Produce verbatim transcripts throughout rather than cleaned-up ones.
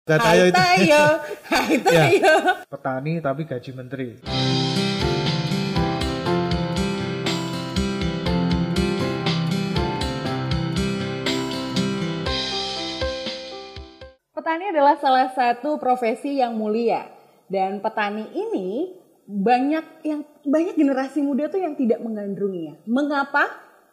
Hai itu. Tayo, hai Tayo. Ya, petani tapi gaji menteri. Petani adalah salah satu profesi yang mulia, dan petani ini banyak yang banyak generasi muda tuh yang tidak menggandrunginya. Mengapa?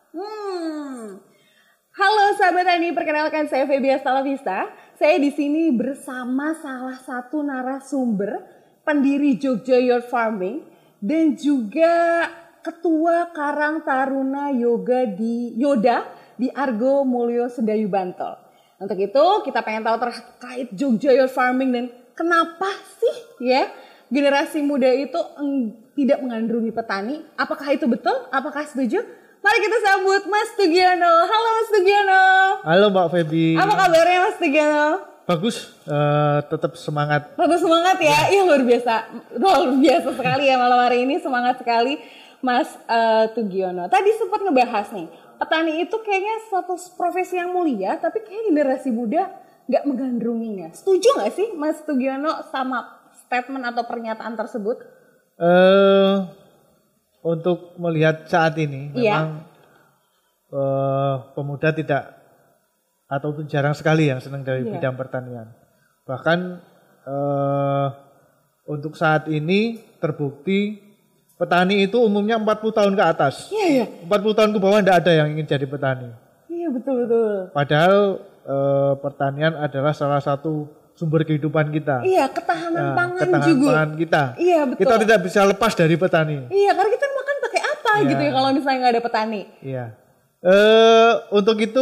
Hmm. Halo sahabat tani, perkenalkan saya Feby Astalavista. Saya di sini bersama salah satu narasumber pendiri Jogja Youth Farming dan juga Ketua Karang Taruna Yoga di Yoda di Argo Mulyo Sedayu Bantul. Untuk itu kita pengen tahu terkait Jogja Youth Farming dan kenapa sih ya generasi muda itu eng, tidak mengandrungi petani. Apakah itu betul? Apakah setuju? Mari kita sambut Mas Tugiono. Halo Mas Tugiono. Halo Mbak Feby. Apa kabarnya Mas Tugiono? Bagus, uh, tetap semangat. Tetap semangat ya. Iya luar biasa. Luar biasa sekali ya malam hari ini, semangat sekali Mas uh, Tugiono. Tadi sempat ngebahas nih, petani itu kayaknya suatu profesi yang mulia, tapi kayak generasi muda nggak menggandrunginya. Setuju nggak sih Mas Tugiono sama statement atau pernyataan tersebut? Uh, untuk melihat saat ini, iya. memang uh, pemuda tidak atau itu jarang sekali yang senang dari iya. bidang pertanian. Bahkan uh, untuk saat ini terbukti petani itu umumnya empat puluh tahun ke atas. Iya, iya. empat puluh tahun ke bawah tidak ada yang ingin jadi petani. Iya, betul-betul. Padahal uh, pertanian adalah salah satu sumber kehidupan kita. Iya, ketahanan nah, pangan ketahanan juga. pangan kita. Iya, betul. Kita tidak bisa lepas dari petani. Iya, karena kita makan pakai apa iya. gitu ya kalau misalnya nggak ada petani. Iya. Uh, untuk itu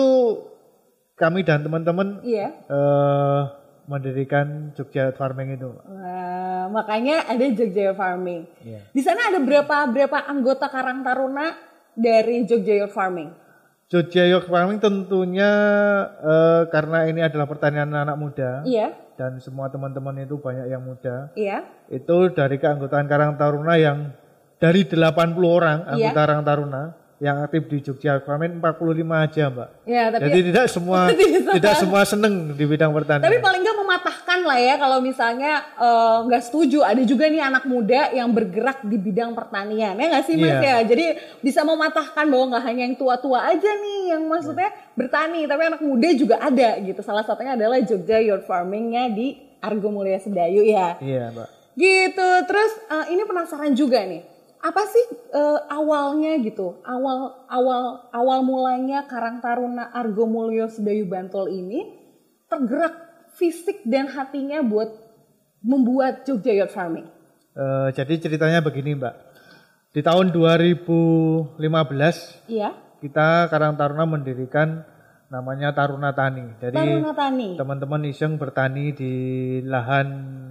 kami dan teman-teman iya. uh, mendirikan Jogja Youth Farming itu. Wah, makanya ada Jogja Youth Farming. Iya. Di sana ada berapa berapa anggota Karang Taruna dari Jogja Youth Farming? Jogja Youth Farming tentunya uh, karena ini adalah pertanian anak muda. Iya. Dan semua teman-teman itu banyak yang muda. Iya. Itu dari keanggotaan Karang Taruna yang dari delapan puluh orang anggota iya. Karang Taruna yang aktif di Jogja Youth Farming empat puluh lima aja, Mbak. Ya, tapi jadi tidak semua tidak semua seneng di bidang pertanian. Tapi paling nggak mematahkan lah ya kalau misalnya nggak uh, setuju. Ada juga nih anak muda yang bergerak di bidang pertanian, ya nggak sih Mas yeah. ya. Jadi bisa mematahkan bahwa nggak hanya yang tua-tua aja nih yang maksudnya yeah. bertani, tapi anak muda juga ada gitu. Salah satunya adalah Jogja Youth Farmingnya di Argo Mulyo Sedayu ya. Iya, Mbak. Gitu. Terus uh, ini penasaran juga nih. Apa sih uh, awalnya gitu, awal awal awal mulanya Karang Taruna Argo Mulyo Sedayu Bantul ini tergerak fisik dan hatinya buat membuat Jogja Youth Farming? Uh, jadi ceritanya begini Mbak, di tahun dua ribu lima belas iya. kita Karang Taruna mendirikan namanya Taruna Tani. Jadi Taruna Tani. Teman-teman iseng bertani di lahan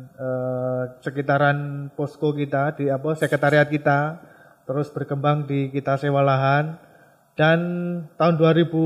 eh, sekitaran posko kita, di apa sekretariat kita, terus berkembang di kita sewa lahan. Dan tahun dua ribu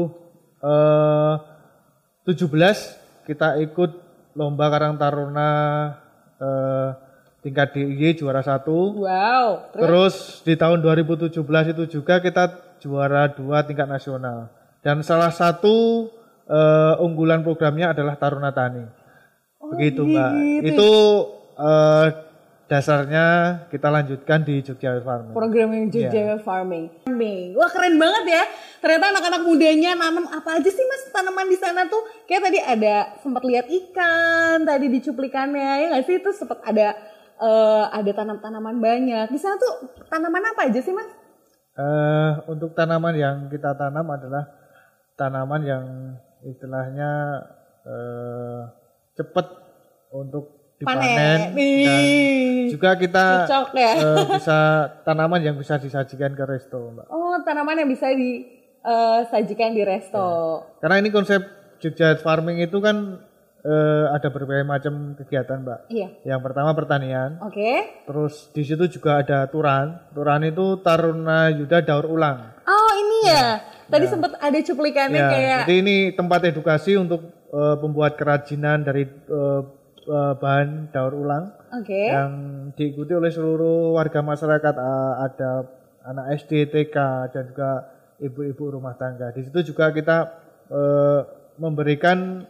tujuh belas kita ikut lomba Karang Taruna eh, tingkat D I Y juara satu. Wow. Terus? Terus di tahun dua ribu tujuh belas itu juga kita juara dua tingkat nasional. Dan salah satu uh, unggulan programnya adalah Taruna Tani. Oh, begitu Mbak. Gitu. Itu uh, dasarnya kita lanjutkan di Jogja Youth Farming. Program yang Jogja Youth yeah. Farming. Wah keren banget ya. Ternyata anak-anak mudanya nanam apa aja sih Mas tanaman di sana tuh? Kayak tadi ada sempat lihat ikan tadi di cuplikannya ya nggak sih? Itu sempat ada uh, ada tanam-tanaman banyak. Di sana tuh tanaman apa aja sih Mas? Uh, untuk tanaman yang kita tanam adalah tanaman yang istilahnya eh, cepat untuk dipanen. Panen. Dan juga kita ya. eh, bisa tanaman yang bisa disajikan ke resto, Mbak. Oh, tanaman yang bisa disajikan di resto. Ya. Karena ini konsep Jogja Youth Farming itu kan eh, ada berbagai macam kegiatan, Mbak. Iya. Yang pertama pertanian. Oke. Okay. Terus di situ juga ada turan. Turan itu Taruna Yuda Daur Ulang. Oh, ini ya. ya. Tadi ya. sempat ada cuplikannya ya, kayak. Jadi ini tempat edukasi untuk uh, pembuat kerajinan dari uh, uh, bahan daur ulang. Oke. Okay. Yang diikuti oleh seluruh warga masyarakat. Uh, ada anak S D, T K dan juga ibu-ibu rumah tangga. Di situ juga kita uh, memberikan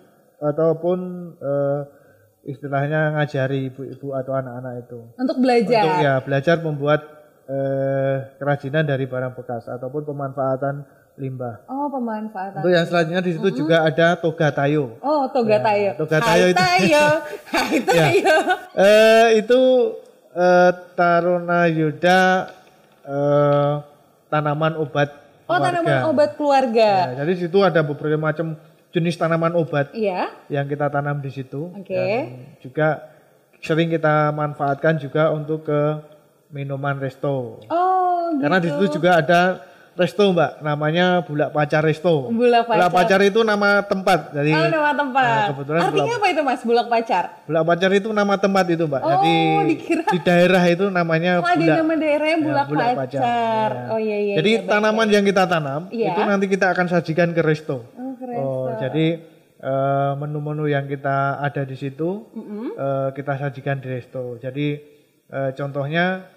ataupun uh, istilahnya ngajari ibu-ibu atau anak-anak itu. Untuk belajar. Untuk ya belajar membuat uh, kerajinan dari barang bekas ataupun pemanfaatan limbah. Oh, pemanfaatan. Untuk yang selanjutnya di situ mm-hmm. juga ada toga tayo. Oh, toga ya, tayo. Toga tayo Hai itu. Tayo. Hai tayo. ya. uh, itu uh, Taruna Yuda uh, tanaman obat Oh, keluarga. tanaman obat keluarga. Ya, jadi di situ ada beberapa macam jenis tanaman obat iya. yang kita tanam di situ. Oke. Okay. Dan juga sering kita manfaatkan juga untuk ke minuman resto. Oh, gitu. Karena di situ juga ada resto, Mbak, namanya Bulak Pacar Resto. Bulak Pacar. Bulak Pacar itu nama tempat. Jadi, oh, nama tempat. Nah, kebetulan artinya Bulak, apa itu, Mas? Bulak Pacar. Bulak Pacar itu nama tempat itu, Mbak. Oh, jadi dikira. di daerah itu namanya oh, Bulak. Ada nama daerahnya Bulak, ya, Bulak Pacar. Pacar. Ya. Oh iya iya. Jadi iya, tanaman baik. yang kita tanam ya. itu nanti kita akan sajikan ke resto. Oh, ke resto. Oh, jadi uh, menu-menu yang kita ada di situ mm-hmm. uh, kita sajikan di resto. Jadi uh, contohnya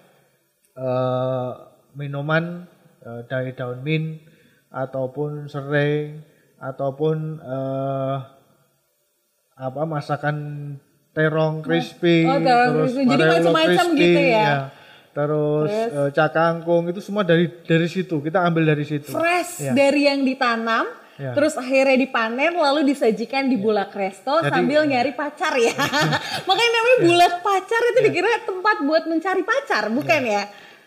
uh, minuman uh, dari daun mint ataupun serai ataupun uh, apa masakan terong crispy, oh, terong terus crispy. Jadi macam-macam gitu ya. ya. Terus uh, cakangkung itu semua dari dari situ kita ambil dari situ. Fresh ya. Dari yang ditanam, ya. Terus akhirnya dipanen lalu disajikan di ya. Bulak Resto. Jadi, sambil nyari pacar ya. Makanya namanya ya. Bulak Pacar itu ya. Dikira tempat buat mencari pacar, bukan ya? ya?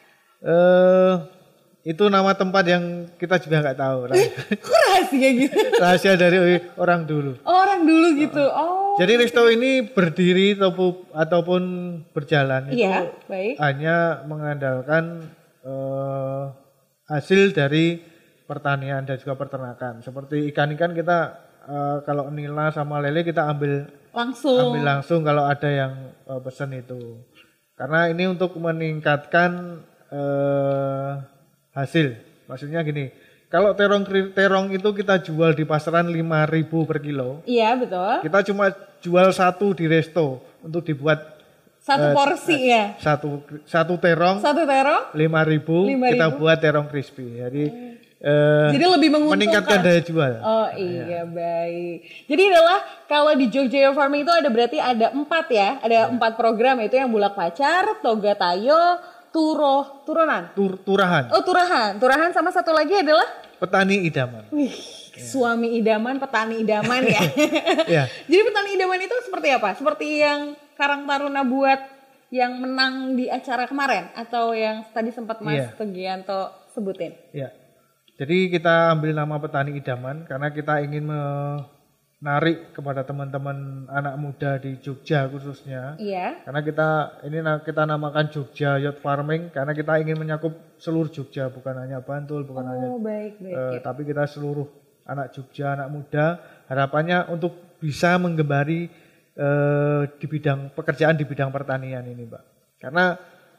Uh, itu nama tempat yang kita juga nggak tahu. Kok rahasia gitu? Rahasia dari orang dulu. Oh, orang dulu gitu. Oh. Jadi resto ini berdiri ataupun, ataupun berjalan iya, itu baik. hanya mengandalkan uh, hasil dari pertanian dan juga peternakan. Seperti ikan-ikan kita uh, kalau nila sama lele kita ambil langsung. Ambil langsung kalau ada yang uh, pesan itu. Karena ini untuk meningkatkan uh, hasil, maksudnya gini, kalau terong terong itu kita jual di pasaran lima ribu per kilo. Iya betul. Kita cuma jual satu di resto untuk dibuat satu uh, porsi uh, ya. Satu satu terong. Satu terong. Lima ribu kita buat terong crispy. Jadi uh, jadi lebih menguntungkan. Meningkatkan daya jual. Oh iya ya. Baik. Jadi adalah kalau di Jogja Farming itu ada berarti ada empat ya, ada ya. empat program itu yang Bulak Pacar, Toga Tayo. Turo, turunan? Tur, turahan. Oh turahan, turahan sama satu lagi adalah? Petani idaman. Wih, ya. Suami idaman, petani idaman ya. ya. Jadi petani idaman itu seperti apa? Seperti yang Karang Taruna buat yang menang di acara kemarin? Atau yang tadi sempat Mas ya. Tegianto sebutin? Iya. Jadi kita ambil nama petani idaman karena kita ingin menarik kepada teman-teman anak muda di Jogja khususnya. Iya. Karena kita ini kita namakan Jogja Youth Farming karena kita ingin menyakup seluruh Jogja, bukan hanya Bantul, bukan oh, hanya baik, baik, uh, ya. tapi kita seluruh anak Jogja, anak muda. Harapannya untuk bisa menggembari uh, di bidang pekerjaan di bidang pertanian ini, Mbak. Karena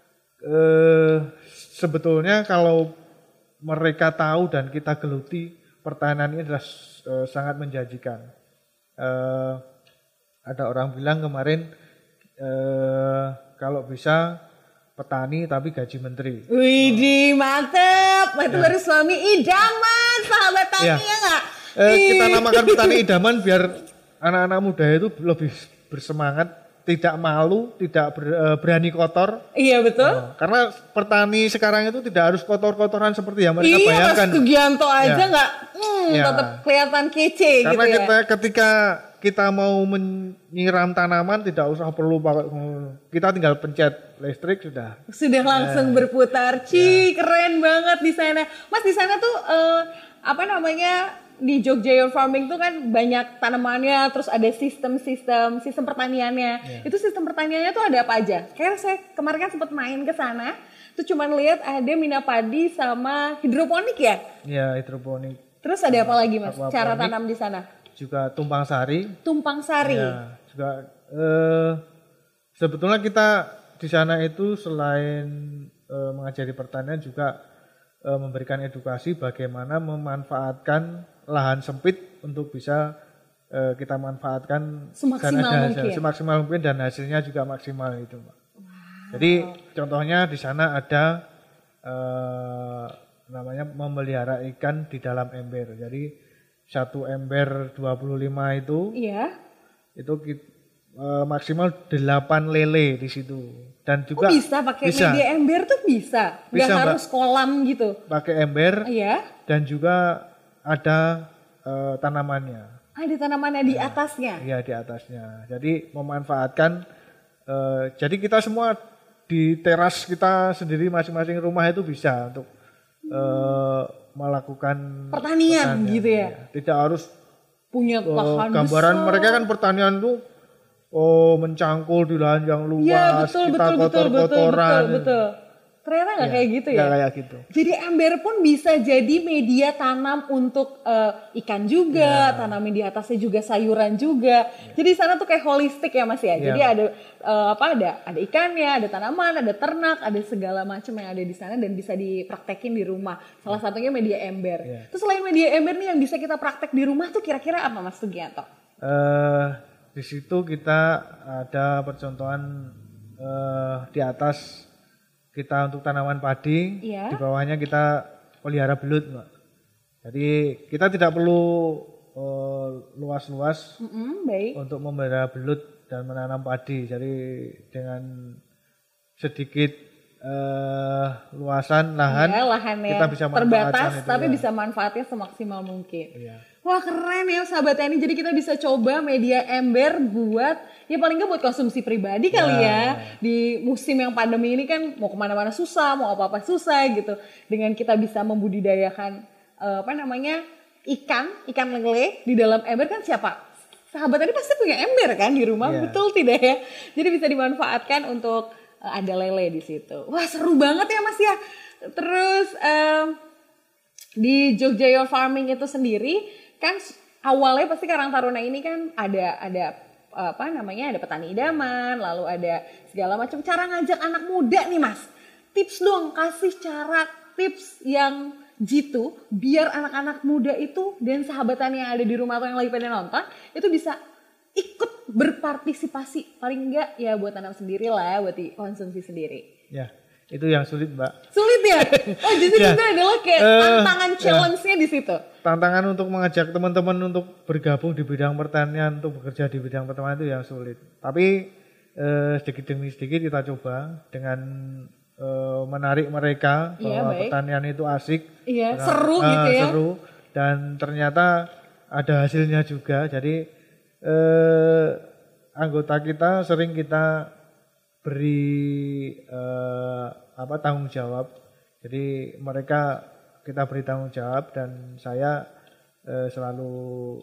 uh, sebetulnya kalau mereka tahu dan kita geluti, pertanian ini adalah uh, sangat menjanjikan. Uh, ada orang bilang kemarin uh, kalau bisa petani tapi gaji menteri. Widih, mantep. Itu ya. Baru suami idaman, sahabat tani ya, ya gak? Uh, kita namakan petani idaman biar anak-anak muda itu lebih bersemangat, tidak malu, tidak ber, uh, berani kotor. Iya betul. Uh, karena petani sekarang itu tidak harus kotor-kotoran seperti yang mereka iya, bayangkan. Iya, Mas Sugianto aja ya. Nggak, hmm, ya. tetap kelihatan kece. Karena gitu ya. kita ketika kita mau menyiram tanaman tidak usah perlu pakai, kita tinggal pencet listrik sudah. Sudah langsung ya. Berputar. Ci, ya. Keren banget di sana. Mas di sana tuh uh, apa namanya? Di Jogja Youth Farming tuh kan banyak tanamannya, terus ada sistem-sistem sistem pertaniannya. Yeah. Itu sistem pertaniannya tuh ada apa aja? Kayak saya kemarin kan sempat main ke sana, tuh cuman lihat ada mina padi sama hidroponik ya? Iya, yeah, hidroponik. Terus ada apa lagi Mas? Apa cara tanam di sana? Juga tumpang sari. Tumpang sari. Ya, juga eh, sebetulnya kita di sana itu selain eh, mengajari pertanian juga eh, memberikan edukasi bagaimana memanfaatkan lahan sempit untuk bisa uh, kita manfaatkan semaksimal dan ada mungkin. Semaksimal mungkin dan hasilnya juga maksimal itu, Mbak. Wow. Jadi contohnya di sana ada uh, namanya memelihara ikan di dalam ember. Jadi satu ember dua puluh lima itu iya. itu kita, uh, maksimal delapan lele di situ. Dan juga oh, bisa pakai bisa. media ember tuh bisa. Nggak Bisa, harus Mbak. kolam gitu. Pakai ember. Iya. Dan juga ada uh, tanamannya. Ada tanamannya di atasnya. Iya, di atasnya. Jadi memanfaatkan uh, jadi kita semua di teras kita sendiri masing-masing rumah itu bisa untuk uh, melakukan pertanian, pertanian gitu ya. Ya. Tidak harus punya lahan uh, gambaran besar. Mereka kan pertanian tuh oh mencangkul di lahan yang luas, ya, betul, kita betul, kotor-kotoran. Betul, betul, betul. Ternyata nggak ya, kayak gitu ya? Nggak kayak gitu. Jadi ember pun bisa jadi media tanam untuk uh, ikan juga, ya. Tanamin di atasnya juga sayuran juga. Ya. Jadi sana tuh kayak holistik ya Mas ya. ya. Jadi ada uh, apa ada ada ikannya, ada tanaman, ada ternak, ada segala macam yang ada di sana dan bisa dipraktekin di rumah. Salah satunya media ember. Ya. Terus selain media ember nih yang bisa kita praktek di rumah tuh kira-kira apa Mas Sugianto? Uh, di situ kita ada percontohan uh, di atas kita untuk tanaman padi, iya. Di bawahnya kita pelihara belut, Mbak. Jadi kita tidak perlu uh, luas-luas mm-hmm, baik. Untuk memelihara belut dan menanam padi. Jadi dengan sedikit uh, luasan lahan, iya, lahannya kita bisa terbatas, itu, tapi ya. Bisa manfaatnya semaksimal mungkin. Iya. Wah keren ya sahabat Tani, jadi kita bisa coba media ember buat, ya paling nggak buat konsumsi pribadi kali ya. ya. Di musim yang pandemi ini kan mau kemana-mana susah, mau apa-apa susah gitu. Dengan kita bisa membudidayakan uh, apa namanya ikan, ikan lele di dalam ember kan siapa? Sahabat Tani pasti punya ember kan di rumah, ya. Betul tidak ya? Jadi bisa dimanfaatkan untuk uh, ada lele di situ. Wah seru banget ya Mas ya. Terus um, di Jogja Your Farming itu sendiri kan awalnya pasti Karang Taruna ini kan ada ada apa namanya ada petani idaman, lalu ada segala macam cara ngajak anak muda nih Mas. Tips dong, kasih cara tips yang jitu biar anak-anak muda itu dan sahabat tani yang ada di rumah atau yang lagi pada nonton itu bisa ikut berpartisipasi, paling enggak ya buat tanam sendiri lah, buat dikonsumsi sendiri. Ya. Itu yang sulit, Mbak. Sulit ya? Oh, justru ya. Itu adalah kayak uh, tantangan challenge-nya ya. Di situ. Tantangan untuk mengajak teman-teman untuk bergabung di bidang pertanian, untuk bekerja di bidang pertanian itu yang sulit. Tapi uh, sedikit demi sedikit kita coba dengan uh, menarik mereka bahwa ya, pertanian itu asik, iya, dengan, seru uh, gitu ya. Seru dan ternyata ada hasilnya juga. Jadi uh, anggota kita sering kita beri uh, apa tanggung jawab. Jadi mereka kita beri tanggung jawab dan saya uh, selalu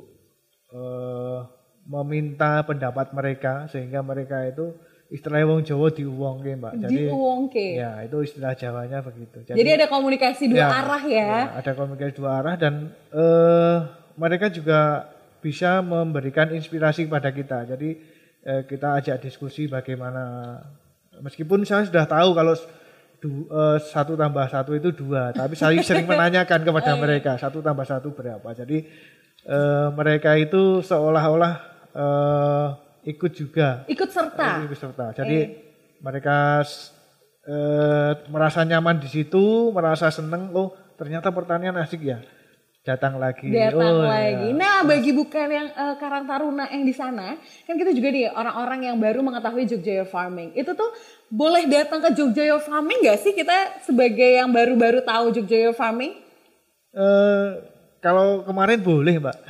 uh, meminta pendapat mereka sehingga mereka itu istilahnya wong Jawa diuwongke, Mbak. Jadi diuwongke. Ya, itu istilah Jawanya begitu. Jadi, Jadi ada komunikasi dua ya, arah ya. ya. Ada komunikasi dua arah dan uh, mereka juga bisa memberikan inspirasi kepada kita. Jadi kita ajak diskusi bagaimana, meskipun saya sudah tahu kalau du, uh, satu tambah satu itu dua, tapi saya sering menanyakan kepada mereka satu tambah satu berapa. Jadi uh, mereka itu seolah-olah uh, ikut juga, ikut serta, ikut serta. Jadi eh. mereka uh, merasa nyaman di situ, merasa seneng. Oh ternyata pertanian asik ya. Datang lagi. Datang oh, lagi. Ya. Nah, bagi bukan yang uh, Karang Taruna yang di sana, kan kita juga nih orang-orang yang baru mengetahui Jogja Your Farming. Itu tuh boleh datang ke Jogja Your Farming nggak sih kita sebagai yang baru-baru tahu Jogja Your Farming? Uh, kalau kemarin boleh, Mbak.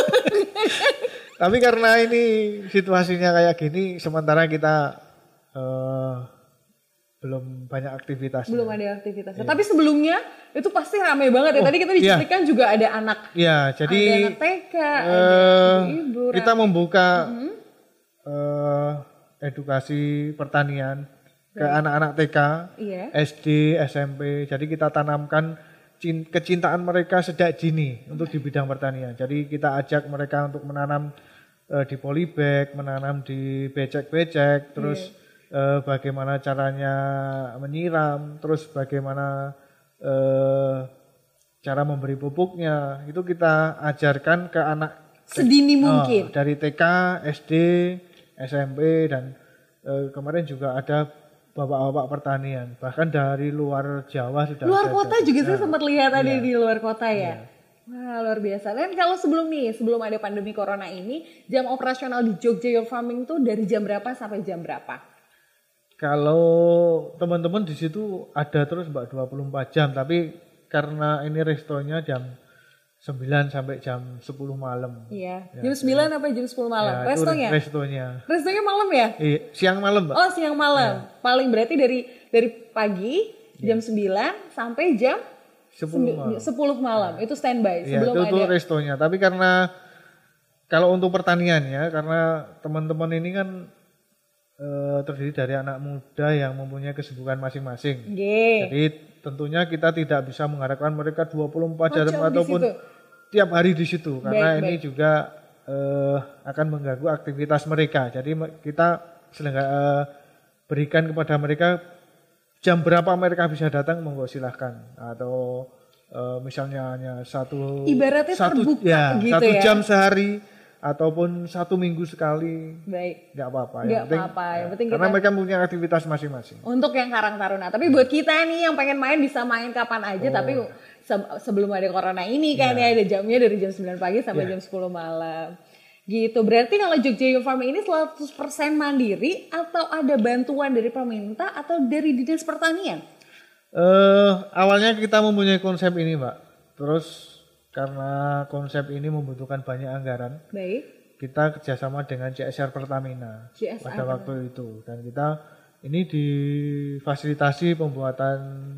Tapi karena ini situasinya kayak gini, sementara kita uh, belum banyak aktivitas. Belum ada aktivitasnya. Iya. Tapi sebelumnya itu pasti ramai banget ya. Oh, Tadi kita diceritakan iya. juga ada anak. Iya, jadi ada anak T K, uh, ada ibu. Kita membuka uh-huh. uh, edukasi pertanian ke Baik. anak-anak T K, iya. S D, S M P. Jadi kita tanamkan kecintaan mereka sejak dini untuk di bidang pertanian. Jadi kita ajak mereka untuk menanam uh, di polybag, menanam di becek-becek, terus iya. Uh, bagaimana caranya menyiram, terus bagaimana uh, cara memberi pupuknya, itu kita ajarkan ke anak sedini mungkin. Uh, dari T K, S D, S M P dan uh, kemarin juga ada bapak-bapak pertanian, bahkan dari luar Jawa sudah. Luar kota ada. juga nah, saya sempat lihat tadi iya. di luar kota ya. Iya. Wah, luar biasa. Dan kalau sebelum nih, sebelum ada pandemi corona ini, jam operasional di Jogja Your Farming tuh dari jam berapa sampai jam berapa? Kalau teman-teman di situ ada terus Mbak dua puluh empat jam, tapi karena ini restonya jam sembilan sampai jam sepuluh malam. Iya. Ya, jam sembilan ya. Sampai jam sepuluh malam. Ya, restonya? Restonya. Restonya malam ya? Iya, siang malam, Mbak. Oh, siang malam. Ya. Paling berarti dari dari pagi jam ya. sembilan sampai jam sepuluh malam. sepuluh malam. Ya. Itu standby ya, sebelum itu, ada. Itu restonya. Tapi karena kalau untuk pertanian ya, karena teman-teman ini kan e, terdiri dari anak muda yang mempunyai kesibukan masing-masing. Yeah. Jadi tentunya kita tidak bisa mengharapkan mereka dua puluh empat jam oh, ataupun tiap hari di situ karena baik, ini baik. juga uh, akan mengganggu aktivitas mereka. Jadi kita selengga, uh, berikan kepada mereka jam berapa mereka bisa datang, monggo silahkan. Atau uh, misalnya hanya satu ibaratnya satu terbuka ya, gitu satu ya. jam sehari ataupun satu minggu sekali. Baik. Nggak apa-apa. Nggak apa-apa. Ya, yang penting karena kita... mereka punya aktivitas masing-masing. Untuk yang Karang Taruna. Tapi buat kita nih yang pengen main bisa main kapan aja. Oh. Tapi se- sebelum ada corona ini kan ya. ya ada jamnya dari jam sembilan pagi sampai ya. jam sepuluh malam. Gitu. Berarti kalau Jogja Your Farming ini seratus persen mandiri atau ada bantuan dari pemerintah atau dari Dinas Pertanian? Uh, awalnya kita mempunyai konsep ini, Mbak. Terus karena konsep ini membutuhkan banyak anggaran. Baik. Kita kerjasama dengan C S R Pertamina C S R pada waktu itu dan kita ini difasilitasi pembuatan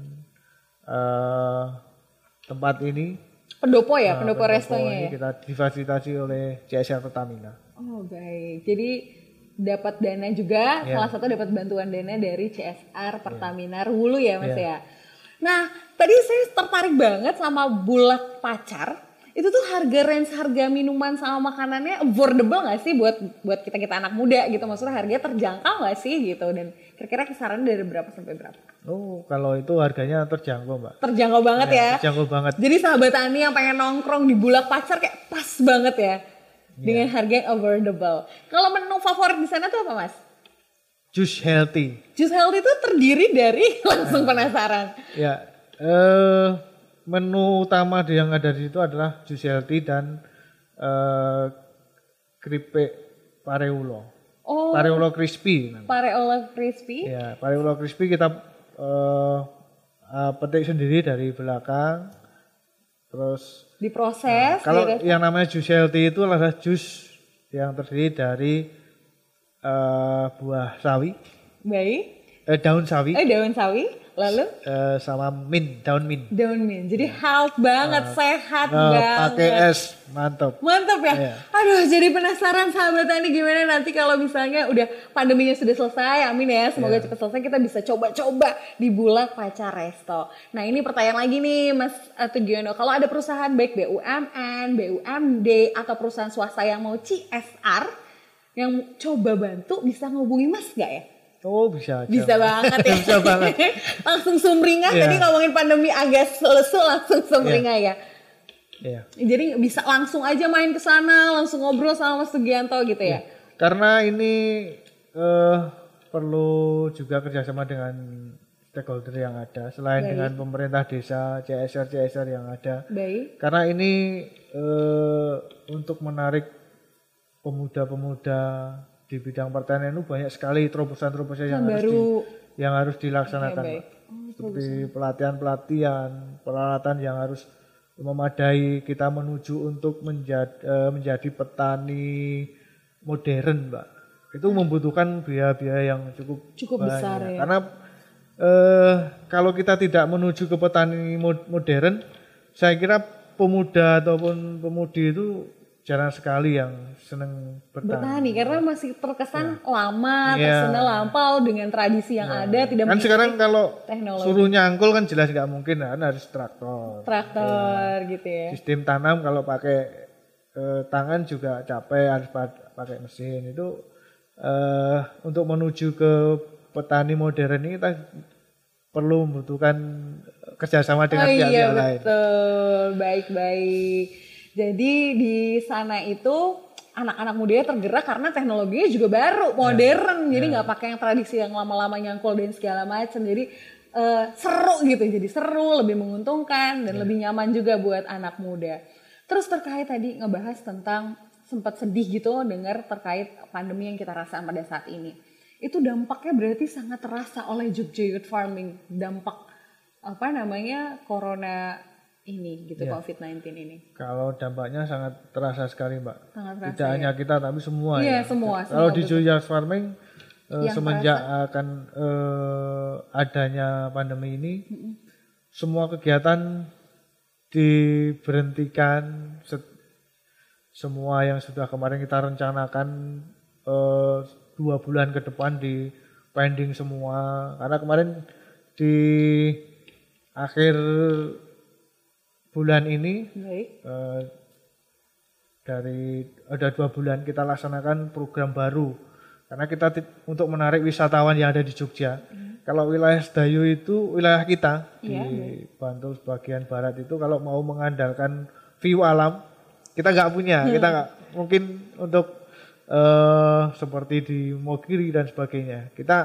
uh, tempat ini pendopo ya, nah, pendopo, pendopo restonya ini ya. Kita difasilitasi oleh C S R Pertamina. Oh baik, jadi dapat dana juga, yeah. salah satu dapat bantuan dana dari C S R Pertamina yeah. Hulu ya Mas yeah. ya. Nah tadi saya tertarik banget sama bulak pacar. Itu tuh harga range harga minuman sama makanannya affordable nggak sih buat buat kita kita anak muda gitu, maksudnya harganya terjangkau nggak sih gitu, dan kira-kira kisaran dari berapa sampai berapa? Oh kalau itu harganya terjangkau Mbak. Terjangkau banget ya. ya. Terjangkau banget. Jadi sahabat Tani yang pengen nongkrong di bulak pacar kayak pas banget ya, yeah. dengan harga yang affordable. Kalau menu favorit di sana tuh apa Mas? Jus healthy. Jus healthy itu terdiri dari langsung penasaran. Ya. Uh, Menu utama yang ada di situ adalah jus healthy dan uh, keripik pareulo. Oh, pareulo crispy. Pareulo crispy? Ya, pareulo crispy kita uh, uh, petik sendiri dari belakang, terus diproses. Nah, kalau dirasa. Yang namanya jus healthy itu adalah jus yang terdiri dari uh, buah sawi. Baik. Eh, daun sawi. Eh, daun sawi. Lalu uh, sama mint, daun mint. Daun mint. Jadi health banget, uh, sehat uh, banget. Pakai es, mantap. Mantap ya. Yeah. Aduh, jadi penasaran sahabat Tani gimana nanti kalau misalnya udah pandeminya sudah selesai. Amin ya, semoga yeah. cepat selesai, kita bisa coba-coba di Bulak Pacar Resto. Nah, ini pertanyaan lagi nih Mas Tugiono. Kalau ada perusahaan baik B U M N, B U M D atau perusahaan swasta yang mau C S R yang coba bantu, bisa ngehubungi Mas nggak ya? Oh bisa aja. Bisa banget ya. Bisa banget. Langsung sumringah, yeah. Tadi ngomongin pandemi agak lesu langsung sumringah yeah. ya. Yeah. Jadi bisa langsung aja main ke sana, langsung ngobrol sama Mas Sugianto gitu ya. Yeah. Karena ini uh, perlu juga kerjasama dengan stakeholder yang ada. Selain Baik. dengan pemerintah desa, C S R C S R yang ada. Baik. Karena ini uh, untuk menarik pemuda-pemuda di bidang pertanian itu banyak sekali terobosan-terobosan yang, harus di, yang harus dilaksanakan. Okay, oh, seperti pelatihan-pelatihan, peralatan yang harus memadai kita menuju untuk menjadi, menjadi petani modern, Mbak. Itu membutuhkan biaya-biaya yang cukup, cukup banyak. besar ya. Karena eh, kalau kita tidak menuju ke petani modern, saya kira pemuda ataupun pemudi itu jarang sekali yang senang bertani. Bertani karena masih terkesan ya. lama, terkesan ya. lampau dengan tradisi yang ya. ada, tidak kan sekarang kalau teknologi. Suruh nyangkul kan jelas nggak mungkin, kan harus traktor. Traktor ya. gitu ya. Sistem tanam kalau pakai eh, tangan juga capek, harus pakai mesin. Itu eh, untuk menuju ke petani modern ini kita perlu membutuhkan kerjasama dengan oh, pihak iya, yang lain. Betul, baik-baik. Jadi di sana itu anak-anak mudanya tergerak karena teknologinya juga baru, modern. Ya, jadi nggak ya. pakai yang tradisi yang lama-lama nyangkul dan segala macam. Jadi uh, seru gitu, jadi seru, lebih menguntungkan dan ya. lebih nyaman juga buat anak muda. Terus terkait tadi ngebahas tentang sempat sedih gitu dengar terkait pandemi yang kita rasakan pada saat ini. Itu dampaknya berarti sangat terasa oleh Jogja Youth Farming, dampak apa namanya corona ini gitu, ya. covid sembilan belas ini. Kalau dampaknya sangat terasa sekali, Mbak. Sangat terasa, tidak ya? hanya kita tapi semua iya, ya. semua. Kalau semua di Jogja Youth Farming uh, semenjak terasa? akan uh, adanya pandemi ini, mm-hmm. semua kegiatan diberhentikan. Set, semua yang sudah kemarin kita rencanakan uh, dua bulan ke depan di pending semua. Karena kemarin di akhir bulan ini uh, dari ada dua bulan kita laksanakan program baru karena kita t- untuk menarik wisatawan yang ada di Jogja. Hmm. Kalau wilayah Sedayu itu wilayah kita ya, di ya. Bantul bagian barat itu kalau mau mengandalkan view alam kita nggak punya, hmm. kita nggak mungkin untuk uh, seperti di Mogiri dan sebagainya. Kita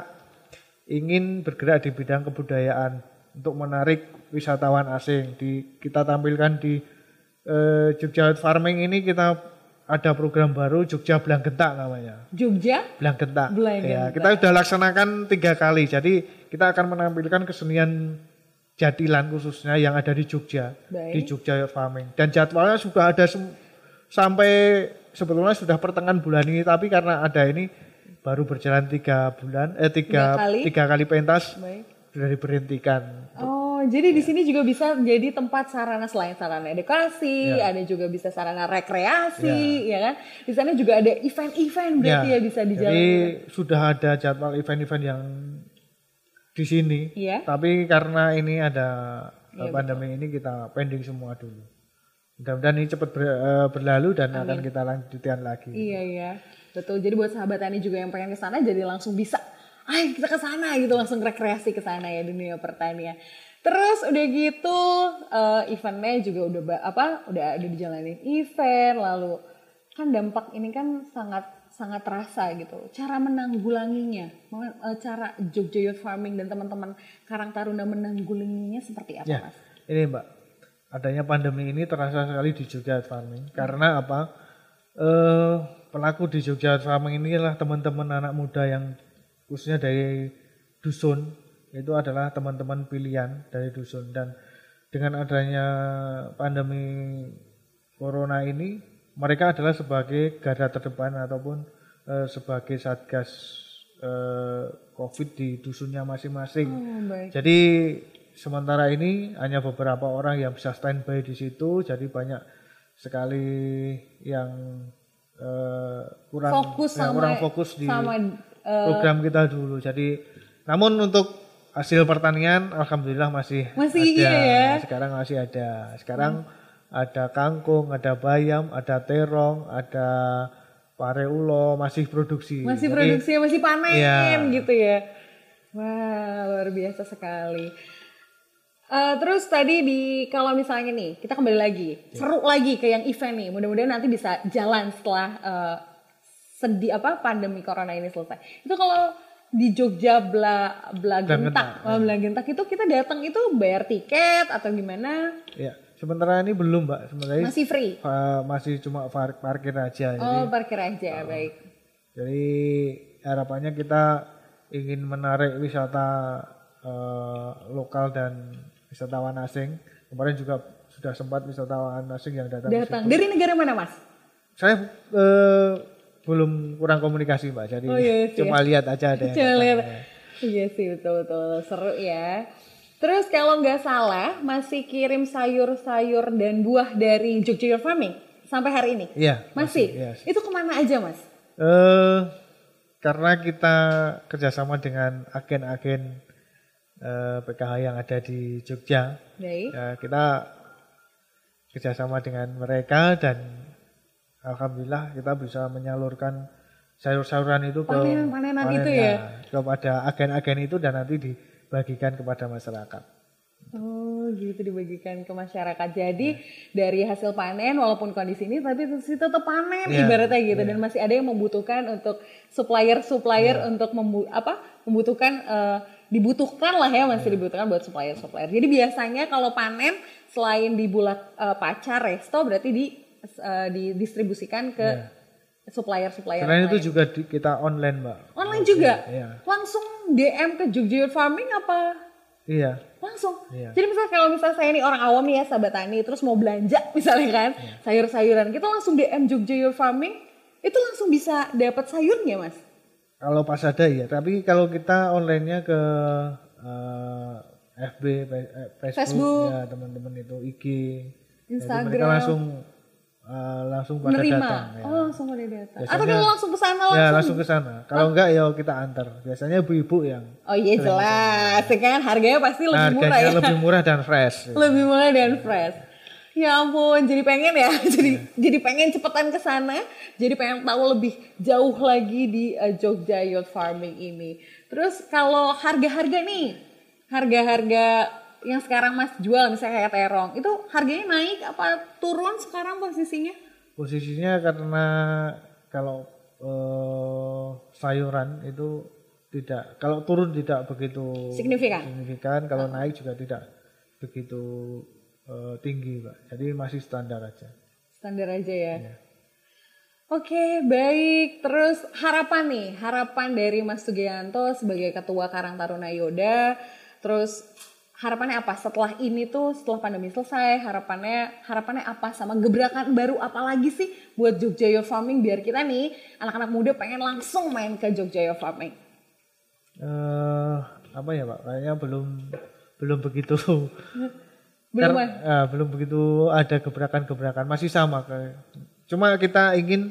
ingin bergerak di bidang kebudayaan untuk menarik wisatawan asing. Di kita tampilkan di uh, Jogja Youth Farming ini kita ada program baru Jogja Blanggentak namanya. Jogja Blanggentak. Ya, kita sudah laksanakan tiga kali. Jadi kita akan menampilkan kesenian jatilan khususnya yang ada di Jogja. Baik. Di Jogja Youth Farming. Dan jadwalnya sudah ada sem- sampai sebetulnya sudah pertengahan bulan ini, tapi karena ada ini baru berjalan tiga bulan, eh tiga, tiga kali, tiga kali pentas. Baik. Sudah diberhentikan. Oh, jadi di sini juga bisa jadi tempat sarana selain sarana edukasi, ya. Ada juga bisa sarana rekreasi, ya, ya kan? Di sana juga ada event-event berarti ya, ya bisa dijalani. Jadi sudah ada jadwal event-event yang di sini, ya. Tapi karena ini ada ya, pandemi betul. Ini kita pending semua dulu. Mudah-mudahan ini cepat ber, uh, berlalu dan Amin. Akan kita lanjutkan lagi. Iya iya, betul. Jadi buat sahabat tani juga yang pengen ke sana jadi langsung bisa. Ayo kita ke sana gitu, langsung rekreasi ke sana ya dunia pertanian. Terus udah gitu uh, eventnya juga udah apa? Udah ada dijalanin event, lalu kan dampak ini kan sangat sangat terasa gitu. Cara menanggulanginya, cara Jogja Youth Farming dan teman-teman Karang Taruna menanggulanginya seperti apa, ya, Mas? Ini Mbak, adanya pandemi ini terasa sekali di Jogja Youth Farming. Hmm. Karena apa? Uh, pelaku di Jogja Youth Farming ini adalah teman-teman anak muda yang khususnya dari dusun, itu adalah teman-teman pilihan dari dusun. Dan dengan adanya pandemi corona ini, mereka adalah sebagai garda terdepan ataupun e, sebagai satgas e, COVID di dusunnya masing-masing. Oh, jadi sementara ini hanya beberapa orang yang bisa standby di situ, jadi banyak sekali yang e, kurang fokus yang sama, kurang fokus di sama program kita dulu. Jadi namun untuk hasil pertanian alhamdulillah masih, masih ada. Iya ya. Sekarang masih ada. Sekarang hmm. ada kangkung, ada bayam, ada terong, ada pare ulo, masih produksi. Masih Jadi, produksi, masih panen ya. Gitu ya. Wah, luar biasa sekali. Uh, terus tadi di kalau misalnya nih kita kembali lagi, ya. Seru lagi ke yang event nih. Mudah-mudahan nanti bisa jalan setelah uh, sedih apa pandemi corona ini selesai. Itu kalau di Jogja Bla Blanggentak, ya. Blanggentak itu kita datang itu bayar tiket atau gimana? Ya, sementara ini belum, Mbak. Sementara masih free. Uh, masih cuma par- parkir aja. Oh, jadi, parkir aja, uh, baik. Jadi harapannya kita ingin menarik wisata uh, lokal dan wisatawan asing. Kemarin juga sudah sempat wisatawan asing yang datang. Datang dari negara mana, Mas? Saya uh, belum kurang komunikasi Mbak, jadi oh, iya, cuma lihat aja ada yang lihat. Iya sih, betul-betul seru ya. Terus kalau nggak salah masih kirim sayur-sayur dan buah dari Jogja Youth Farming sampai hari ini? Iya. Masih? masih yes. Itu kemana aja Mas? Uh, karena kita kerjasama dengan agen-agen uh, P K H yang ada di Jogja, ya, kita kerjasama dengan mereka dan alhamdulillah kita bisa menyalurkan sayur-sayuran itu ke panenan itu ya kepada agen-agen itu dan nanti dibagikan kepada masyarakat. Oh gitu, dibagikan ke masyarakat. Jadi ya. Dari hasil panen walaupun kondisi ini tapi tetap panen ya, ibaratnya gitu ya. Dan masih ada yang membutuhkan untuk supplier-supplier ya. Untuk membu- apa membutuhkan uh, dibutuhkan lah ya, masih dibutuhkan buat supplier-supplier. Jadi biasanya kalau panen selain di bulat uh, pacar resto berarti di uh, didistribusikan ke yeah. supplier-supplier. Selain itu juga di, kita online, Mbak. Online juga? Iya. Langsung D M ke Jogja Youth Farming apa? Iya. Langsung? Iya. Jadi misalnya kalau misalnya saya ini orang awam nih ya, sahabat tani, terus mau belanja misalnya kan, iya. sayur-sayuran, kita langsung D M Jogja Youth Farming, itu langsung bisa dapat sayurnya, Mas? Kalau pas ada ya, tapi kalau kita online-nya ke uh, F B, Facebook, Facebook. Ya teman-teman itu, I G, Instagram. Jadi mereka langsung Uh, langsung pada Nerima. datang. Ya. Oh, langsung pada datang. Atau kalau langsung ke sana langsung? Ya, langsung ke sana. Kalau oh. enggak ya kita antar. Biasanya ibu-ibu yang. Oh iya jelas. Kan harganya pasti lebih harganya murah ya. lebih murah dan fresh. Lebih murah dan fresh. Ya ampun, jadi pengen ya. Jadi ya. jadi pengen cepetan ke sana. Jadi pengen tahu lebih jauh lagi di uh, Jogja Youth Farming ini. Terus kalau harga-harga nih, harga-harga yang sekarang Mas jual misalnya kayak terong, itu harganya naik apa turun sekarang posisinya? Posisinya karena kalau eh, sayuran itu tidak, kalau turun tidak begitu signifikan, signifikan kalau oh. naik juga tidak begitu eh, tinggi, Pak. Jadi masih standar aja. Standar aja ya. ya. Oke, baik. Terus harapan nih, harapan dari Mas Sugianto sebagai Ketua Karang Taruna Yoda, terus harapannya apa setelah ini tuh, setelah pandemi selesai, harapannya harapannya apa sama gebrakan baru apa lagi sih buat Jogja Youth Farming biar kita nih anak-anak muda pengen langsung main ke Jogja Youth Farming? Uh, apa ya Pak, kayaknya belum belum begitu belum Kar- uh, belum begitu ada gebrakan-gebrakan, masih sama kayak. Cuma kita ingin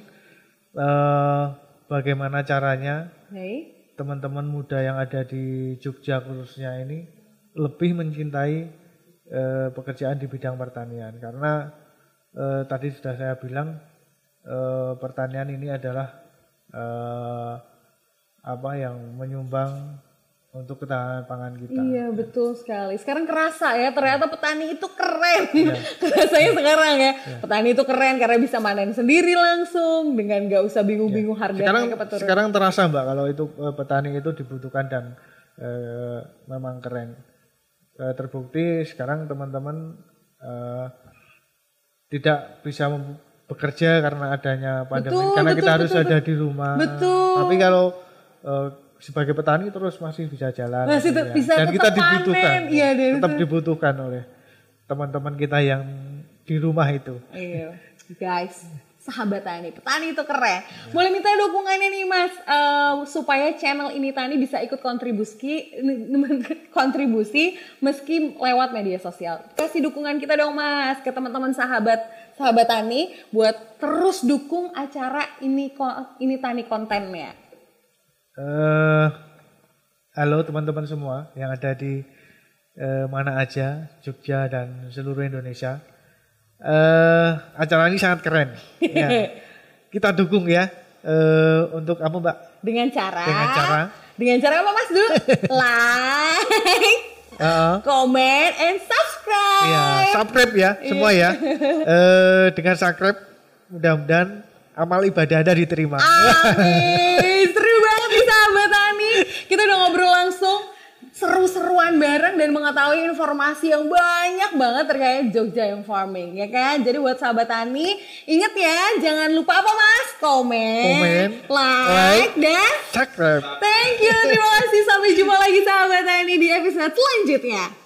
uh, bagaimana caranya hey. teman-teman muda yang ada di Jogja khususnya ini lebih mencintai eh, pekerjaan di bidang pertanian, karena eh, tadi sudah saya bilang eh, pertanian ini adalah eh, apa yang menyumbang untuk ketahanan pangan kita. Iya betul sekali. Sekarang kerasa ya, ternyata petani itu keren. Ya. Rasanya sekarang ya, ya, petani itu keren karena bisa manen sendiri langsung dengan nggak usah bingung-bingung ya. harganya. Sekarang, sekarang terasa Mbak kalau itu petani itu dibutuhkan dan eh, memang keren. Uh, terbukti sekarang teman-teman uh, tidak bisa bekerja karena adanya pandemi, betul, karena betul, kita betul, harus betul. ada di rumah. Betul. Tapi kalau uh, sebagai petani terus masih bisa jalan, masih ya. bisa dan kita dibutuhkan, ya, tetap itu. dibutuhkan oleh teman-teman kita yang di rumah itu. Iya, guys. Sahabat tani, petani itu keren. Boleh minta dukungannya nih Mas, uh, supaya channel ini tani bisa ikut kontribusi, kontribusi meski lewat media sosial. Kasih dukungan kita dong Mas ke teman-teman sahabat sahabat tani buat terus dukung acara ini ini tani kontennya. Uh, halo teman-teman semua yang ada di uh, mana aja, Jogja dan seluruh Indonesia. Uh, acara ini sangat keren. Ya. Kita dukung ya. Uh, untuk apa Mbak? Dengan cara. Dengan cara. Dengan cara apa Mas Du? Like, uh-uh. comment, and subscribe. Ya, subscribe ya semua ya. Uh, dengan subscribe, mudah-mudahan amal ibadah Anda diterima. Amin. Seru banget nih sahabat tani. Kita udah ngobrol langsung. Seru-seruan bareng dan mengetahui informasi yang banyak banget terkait Jogja Youth Farming, ya kan? Jadi buat sahabat tani, ingat ya, jangan lupa apa Mas? Komen, Komen like, like, dan subscribe. Thank you, terima kasih. Sampai jumpa lagi sahabat tani di episode selanjutnya.